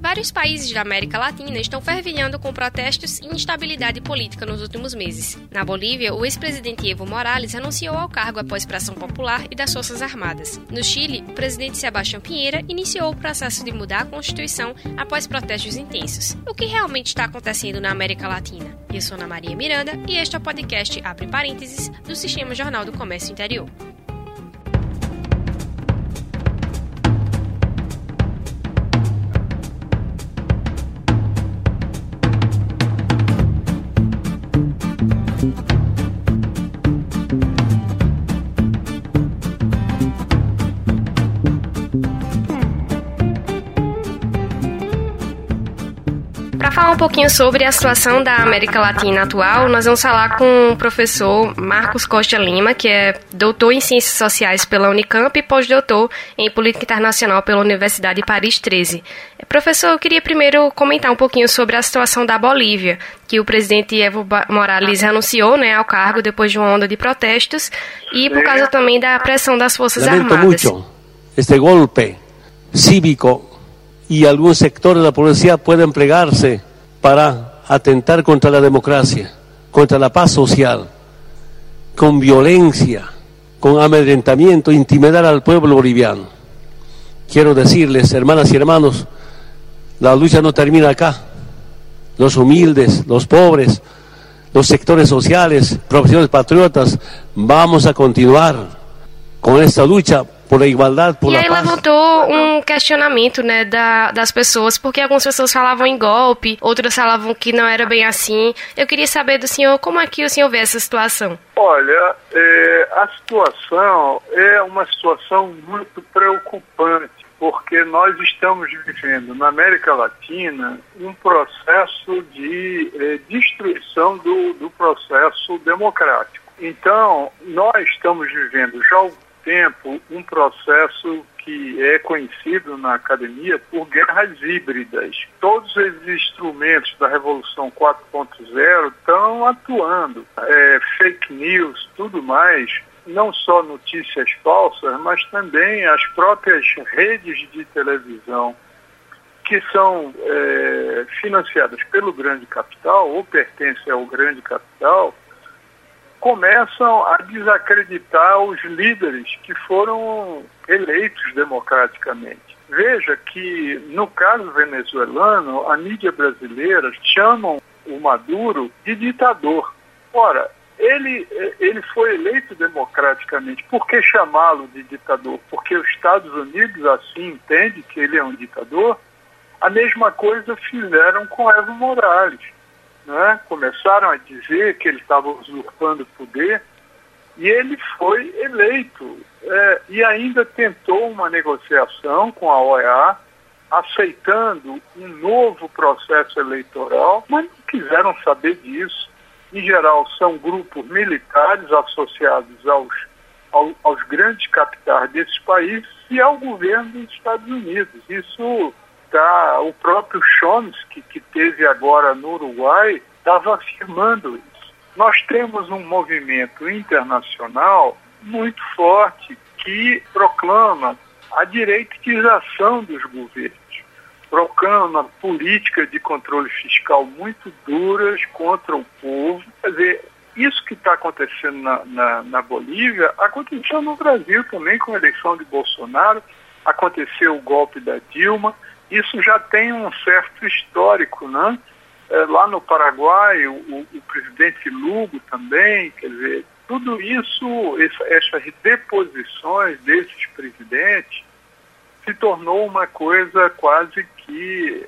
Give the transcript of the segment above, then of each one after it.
Vários países da América Latina estão fervilhando com protestos e instabilidade política nos últimos meses. Na Bolívia, o ex-presidente Evo Morales renunciou ao cargo após pressão popular e das Forças Armadas. No Chile, o presidente Sebastián Piñera iniciou o processo de mudar a Constituição após protestos intensos. O que realmente está acontecendo na América Latina? Eu sou Ana Maria Miranda e este é o podcast Abre Parênteses do Sistema Jornal do Comércio Interior. Para falar um pouquinho sobre a situação da América Latina atual, nós vamos falar com o professor Marcos Costa Lima, que é doutor em Ciências Sociais pela Unicamp e pós-doutor em Política Internacional pela Universidade de Paris 13. Professor, eu queria primeiro comentar um pouquinho sobre a situação da Bolívia, que o presidente Evo Morales renunciou, ao cargo depois de uma onda de protestos e por causa também da pressão das Forças Armadas. Mucho este golpe cívico y algunos sectores de la población pueden plegarse para atentar contra la democracia, contra la paz social, con violencia, con amedrentamiento, intimidar al pueblo boliviano. Quiero decirles, hermanas y hermanos, la lucha no termina acá. Los humildes, los pobres, los sectores sociales, profesionales patriotas, vamos a continuar con esta lucha por a igualdade, por a paz. E aí levantou um questionamento, das pessoas, porque algumas pessoas falavam em golpe, outras falavam que não era bem assim. Eu queria saber do senhor, como é que o senhor vê essa situação? Olha, a situação é uma situação muito preocupante, porque nós estamos vivendo na América Latina um processo de destruição do processo democrático. Então, nós estamos vivendo já tempo um processo que é conhecido na academia por guerras híbridas. Todos os instrumentos da Revolução 4.0 estão atuando. Fake news, tudo mais, não só notícias falsas, mas também as próprias redes de televisão que são financiadas pelo grande capital ou pertencem ao grande capital, começam a desacreditar os líderes que foram eleitos democraticamente. Veja que, no caso venezuelano, a mídia brasileira chamam o Maduro de ditador. Ora, ele foi eleito democraticamente. Por que chamá-lo de ditador? Porque os Estados Unidos assim entendem que ele é um ditador. A mesma coisa fizeram com Evo Morales. Começaram a dizer que ele estava usurpando o poder e ele foi eleito e ainda tentou uma negociação com a OEA, aceitando um novo processo eleitoral, mas não quiseram saber disso. Em geral, são grupos militares associados aos grandes capitais desses países e ao governo dos Estados Unidos. Isso o próprio Chomsky, que teve agora no Uruguai, estava afirmando isso. Nós temos um movimento internacional muito forte que proclama a direitização dos governos, proclama políticas de controle fiscal muito duras contra o povo. Quer dizer, isso que está acontecendo na Bolívia aconteceu no Brasil também com a eleição de Bolsonaro, aconteceu o golpe da Dilma. Isso já tem um certo histórico, lá no Paraguai, o presidente Lugo também, quer dizer, tudo isso, essas deposições desses presidentes, se tornou uma coisa quase que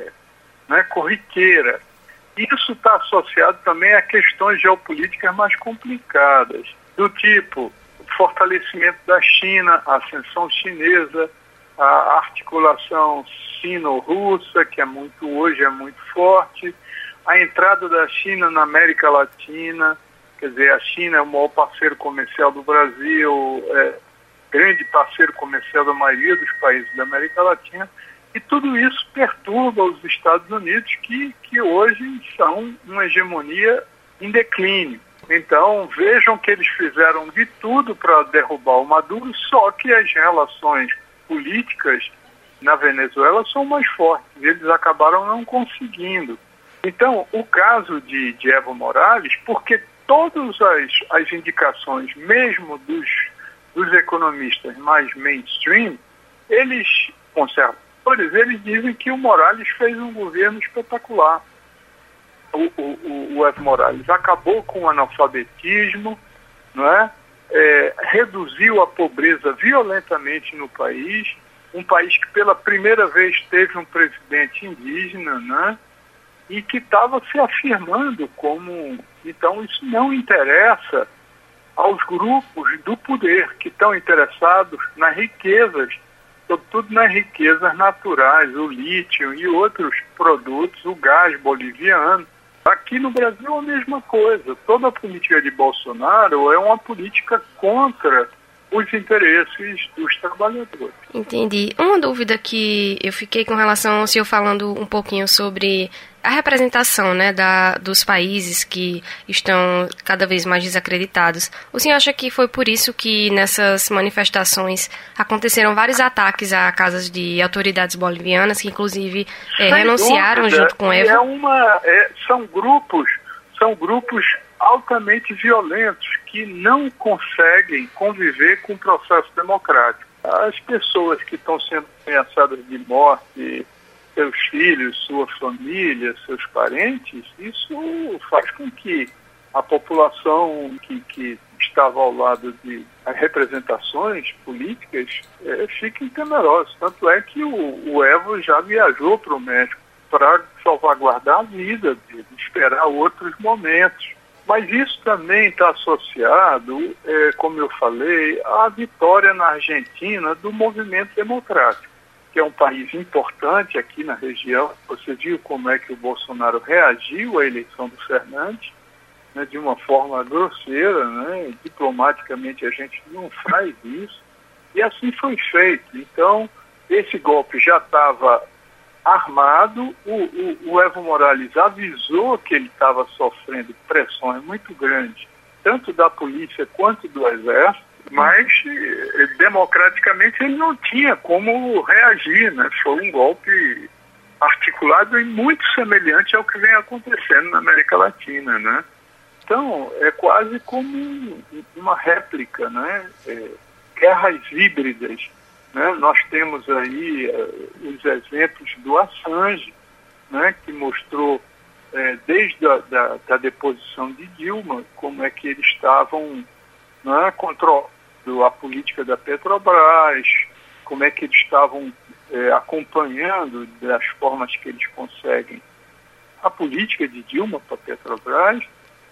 corriqueira. Isso está associado também a questões geopolíticas mais complicadas, do tipo fortalecimento da China, a ascensão chinesa, a articulação sino-russa, que hoje é muito forte, a entrada da China na América Latina, quer dizer, a China é o maior parceiro comercial do Brasil, grande parceiro comercial da maioria dos países da América Latina, e tudo isso perturba os Estados Unidos, que hoje são uma hegemonia em declínio. Então, vejam que eles fizeram de tudo para derrubar o Maduro, só que as relações políticas na Venezuela são mais fortes. Eles acabaram não conseguindo. Então, o caso de Evo Morales, porque todas as indicações, mesmo dos economistas mais mainstream, eles, conservadores, eles dizem que o Morales fez um governo espetacular. O Evo Morales acabou com o analfabetismo, não é? Reduziu a pobreza violentamente no país, um país que pela primeira vez teve um presidente indígena, né? E que estava se afirmando como... Então isso não interessa aos grupos do poder que estão interessados nas riquezas, sobretudo nas riquezas naturais, o lítio e outros produtos, o gás boliviano. Aqui no Brasil é a mesma coisa. Toda a política de Bolsonaro é uma política contra os interesses dos trabalhadores. Entendi. Uma dúvida que eu fiquei com relação ao senhor falando um pouquinho sobre a representação, né, dos países que estão cada vez mais desacreditados. O senhor acha que foi por isso que nessas manifestações aconteceram vários ataques a casas de autoridades bolivianas, que inclusive renunciaram dúvida, junto com Evo? São grupos altamente violentos que não conseguem conviver com o processo democrático. As pessoas que estão sendo ameaçadas de morte, seus filhos, sua família, seus parentes, isso faz com que a população que estava ao lado de representações políticas fiquem temerosos. Tanto é que o Evo já viajou para o México para salvaguardar a vida dele, esperar outros momentos. Mas isso também está associado, como eu falei, à vitória na Argentina do movimento democrático, que é um país importante aqui na região. Você viu como é que o Bolsonaro reagiu à eleição do Fernandes, né, de uma forma grosseira, né? Diplomaticamente a gente não faz isso, e assim foi feito. Então, esse golpe já estava armado, o Evo Morales avisou que ele estava sofrendo pressões muito grandes, tanto da polícia quanto do exército, mas democraticamente ele não tinha como reagir, né? Foi um golpe articulado e muito semelhante ao que vem acontecendo na América Latina, né? Então, é quase como uma réplica, né? Guerras híbridas. Né? Nós temos aí os exemplos do Assange, né? Que mostrou, desde a deposição de Dilma, como é que eles estavam, né, controlando a política da Petrobras, como é que eles estavam acompanhando das formas que eles conseguem a política de Dilma para a Petrobras.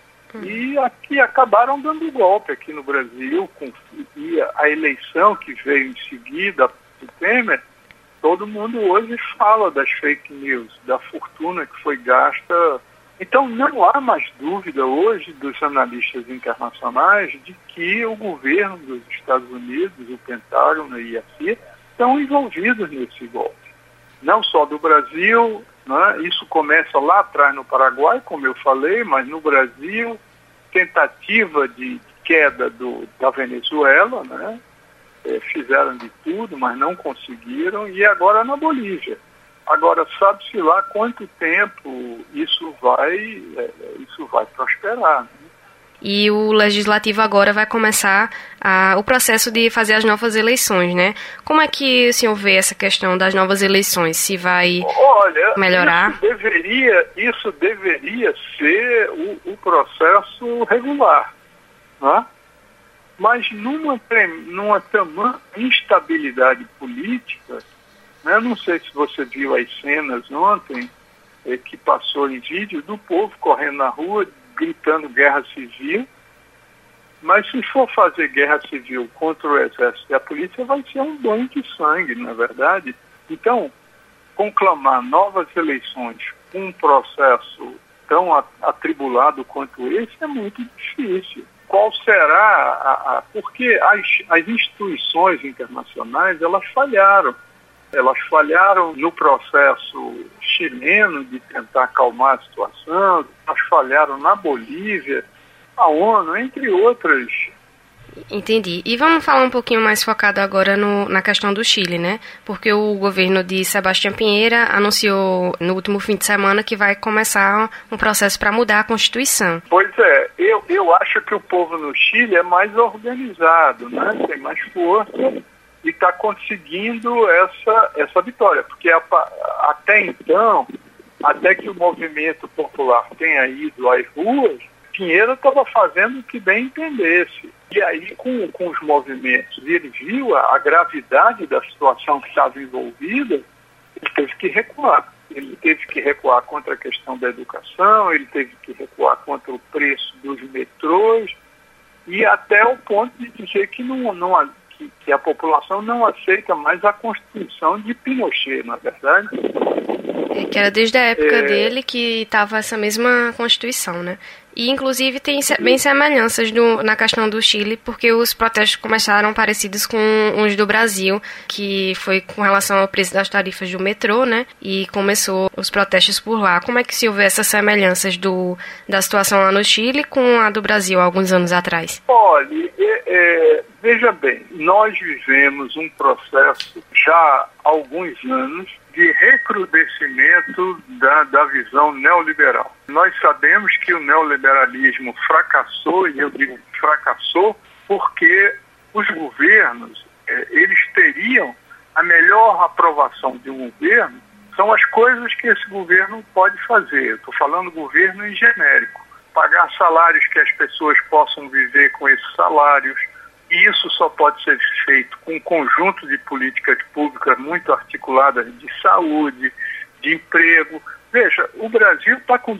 E aqui acabaram dando golpe aqui no Brasil, e a eleição que veio em seguida do Temer, todo mundo hoje fala das fake news, da fortuna que foi gasta. Então não há mais dúvida hoje dos analistas internacionais de que o governo dos Estados Unidos, o Pentágono e a CIA estão envolvidos nesse golpe. Não só do Brasil, né? Isso começa lá atrás no Paraguai, como eu falei, mas no Brasil, tentativa de queda da Venezuela, né? Fizeram de tudo, mas não conseguiram, e agora na Bolívia. Agora, sabe-se lá quanto tempo isso vai prosperar, né? E o Legislativo agora vai começar o processo de fazer as novas eleições, né? Como é que o senhor vê essa questão das novas eleições? Se vai melhorar? Isso deveria ser o processo regular, né? Mas numa tamanha instabilidade política, né? Não sei se você viu as cenas ontem, que passou em vídeo, do povo correndo na rua, gritando guerra civil, mas se for fazer guerra civil contra o exército e a polícia, vai ser um banho de sangue, na verdade. Então, conclamar novas eleições com um processo tão atribulado quanto esse é muito difícil. Qual será porque as instituições internacionais, elas falharam. Elas falharam no processo chileno de tentar acalmar a situação, elas falharam na Bolívia, a ONU, entre outras Entendi. E vamos falar um pouquinho mais focado agora na questão do Chile, né? Porque o governo de Sebastián Piñera anunciou no último fim de semana que vai começar um processo para mudar a Constituição. Pois é, eu acho que o povo no Chile é mais organizado, né? Tem mais força e está conseguindo essa vitória, porque até então, até que o movimento popular tenha ido às ruas, Piñera estava fazendo o que bem entendesse. E aí, com os movimentos, ele viu a gravidade da situação que estava envolvida, ele teve que recuar. Ele teve que recuar contra a questão da educação, ele teve que recuar contra o preço dos metrôs, e até o ponto de dizer que, que a população não aceita mais a Constituição de Pinochet, não é verdade? Que era desde a época dele que estava essa mesma Constituição, né? E, inclusive, tem bem semelhanças na questão do Chile, porque os protestos começaram parecidos com os do Brasil, que foi com relação ao preço das tarifas do metrô, né? E começou os protestos por lá. Como é que se houve essas semelhanças da situação lá no Chile com a do Brasil, alguns anos atrás? Olha, veja bem, nós vivemos um processo já há alguns anos de recrudescimento da visão neoliberal. Nós sabemos que o neoliberalismo fracassou, e eu digo fracassou, porque os governos, eles teriam a melhor aprovação de um governo, são as coisas que esse governo pode fazer. Estou falando governo em genérico. Pagar salários que as pessoas possam viver com esses salários, e isso só pode ser feito com um conjunto de políticas públicas muito articuladas de saúde, de emprego. Veja, o Brasil está com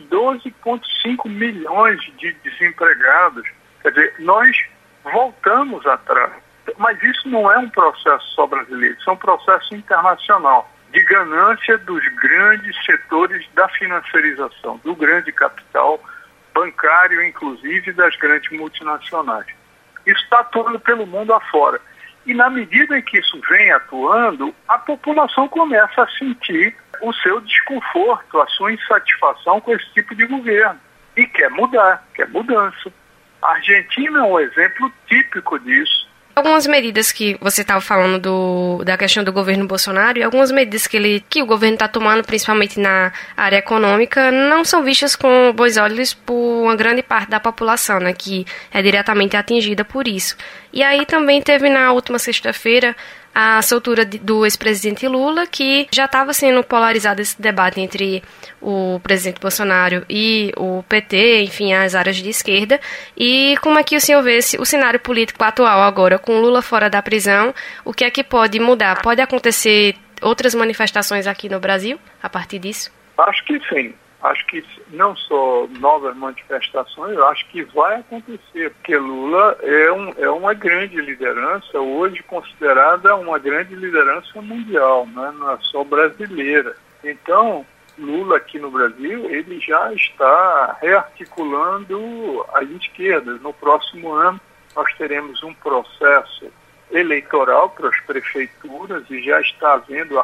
12,5 milhões de desempregados. Quer dizer, nós voltamos atrás. Mas isso não é um processo só brasileiro, isso é um processo internacional de ganância dos grandes setores da financiarização, do grande capital bancário, inclusive das grandes multinacionais. Isso está atuando pelo mundo afora. E na medida em que isso vem atuando, a população começa a sentir o seu desconforto, a sua insatisfação com esse tipo de governo. E quer mudar, quer mudança. A Argentina é um exemplo típico disso. Algumas medidas que você estava falando da questão do governo Bolsonaro e algumas medidas que o governo está tomando, principalmente na área econômica, não são vistas com bons olhos por uma grande parte da população, né, que é diretamente atingida por isso. E aí também teve na última sexta-feira a soltura do ex-presidente Lula, que já estava sendo polarizado esse debate entre o presidente Bolsonaro e o PT, enfim, as áreas de esquerda. E como é que o senhor vê o cenário político atual agora, com Lula fora da prisão? O que é que pode mudar? Pode acontecer outras manifestações aqui no Brasil a partir disso? Acho que sim. Acho que não só novas manifestações, eu acho que vai acontecer, porque Lula é uma grande liderança, hoje considerada uma grande liderança mundial, né? Não é só brasileira. Então, Lula aqui no Brasil, ele já está rearticulando as esquerdas. No próximo ano, nós teremos um processo eleitoral para as prefeituras e já está havendo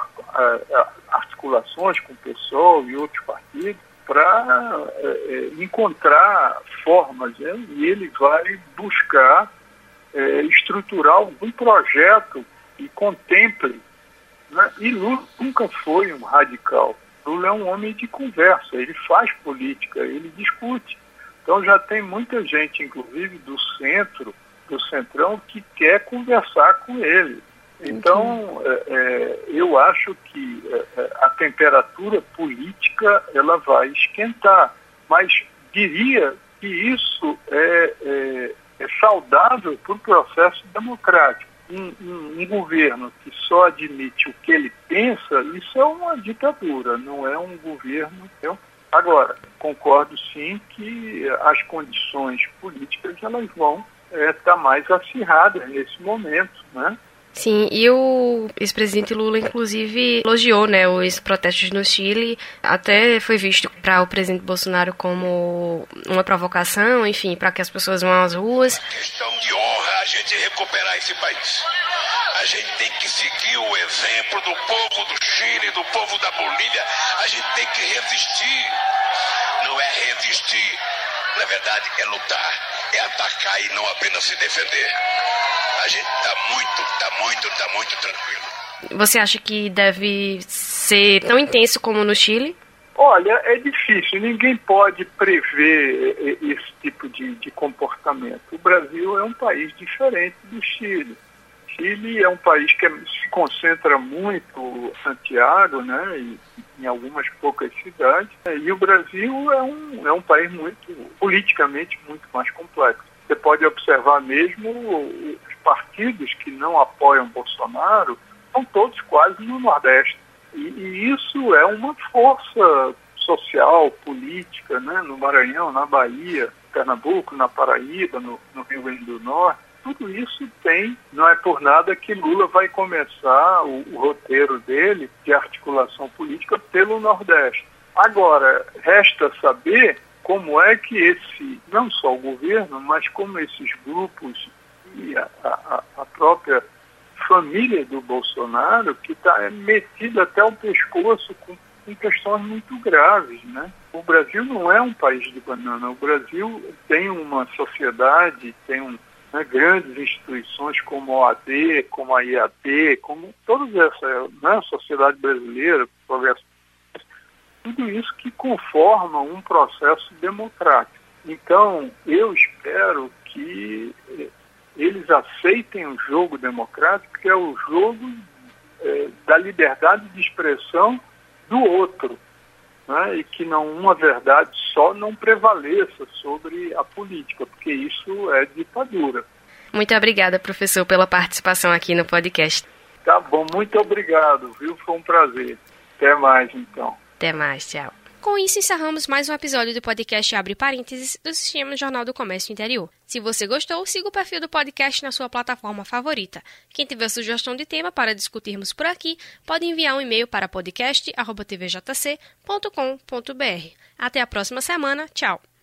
articulações com o PSOL e outros partidos para encontrar formas, né? E ele vai buscar estruturar um projeto que contemple, né? E Lula nunca foi um radical. Lula é um homem de conversa, ele faz política, ele discute. Então já tem muita gente, inclusive do Centrão, que quer conversar com ele. Então, eu acho que a temperatura política ela vai esquentar, mas diria que isso é saudável para o processo democrático. Um governo que só admite o que ele pensa, isso é uma ditadura, não é um governo. Entendeu? Agora, concordo sim que as condições políticas elas vão estar mais acirradas nesse momento, né? Sim, e o ex-presidente Lula, inclusive, elogiou, né, os protestos no Chile, até foi visto para o presidente Bolsonaro como uma provocação, enfim, para que as pessoas vão às ruas. Questão de honra a gente recuperar esse país. A gente tem que seguir o exemplo do povo do Chile, do povo da Bolívia. A gente tem que resistir. Não é resistir, Na verdade, é lutar, é atacar e não apenas se defender. A gente tá muito tranquilo. Você acha que deve ser tão intenso como no Chile? Olha, é difícil, ninguém pode prever esse tipo de comportamento. O Brasil é um país diferente do Chile. Chile é um país que se concentra muito em Santiago, né, e em algumas poucas cidades, e o Brasil é um país politicamente muito mais complexo. Você pode observar mesmo os partidos que não apoiam Bolsonaro, são todos quase no Nordeste. E isso é uma força social, política, né, no Maranhão, na Bahia, Pernambuco, na Paraíba, no Rio Grande do Norte. Tudo isso não é por nada que Lula vai começar o roteiro dele de articulação política pelo Nordeste. Agora, resta saber como é que não só o governo, mas como esses grupos e a própria família do Bolsonaro, que está metida até o pescoço com questões muito graves, né? O Brasil não é um país de banana. O Brasil tem uma sociedade, tem grandes instituições como a OAB, como a IAB, como todas essas, né, sociedade brasileira, progresso, tudo isso que conforma um processo democrático. Então, eu espero que eles aceitem o jogo democrático, que é o jogo da liberdade de expressão do outro, né? E que uma verdade só não prevaleça sobre a política, porque isso é ditadura. Muito obrigada, professor, pela participação aqui no podcast. Tá bom, muito obrigado, viu? Foi um prazer. Até mais, então. Até mais, tchau. Com isso, encerramos mais um episódio do podcast Abre Parênteses do Sistema Jornal do Comércio Interior. Se você gostou, siga o perfil do podcast na sua plataforma favorita. Quem tiver sugestão de tema para discutirmos por aqui, pode enviar um e-mail para podcast@tvjc.com.br. Até a próxima semana. Tchau!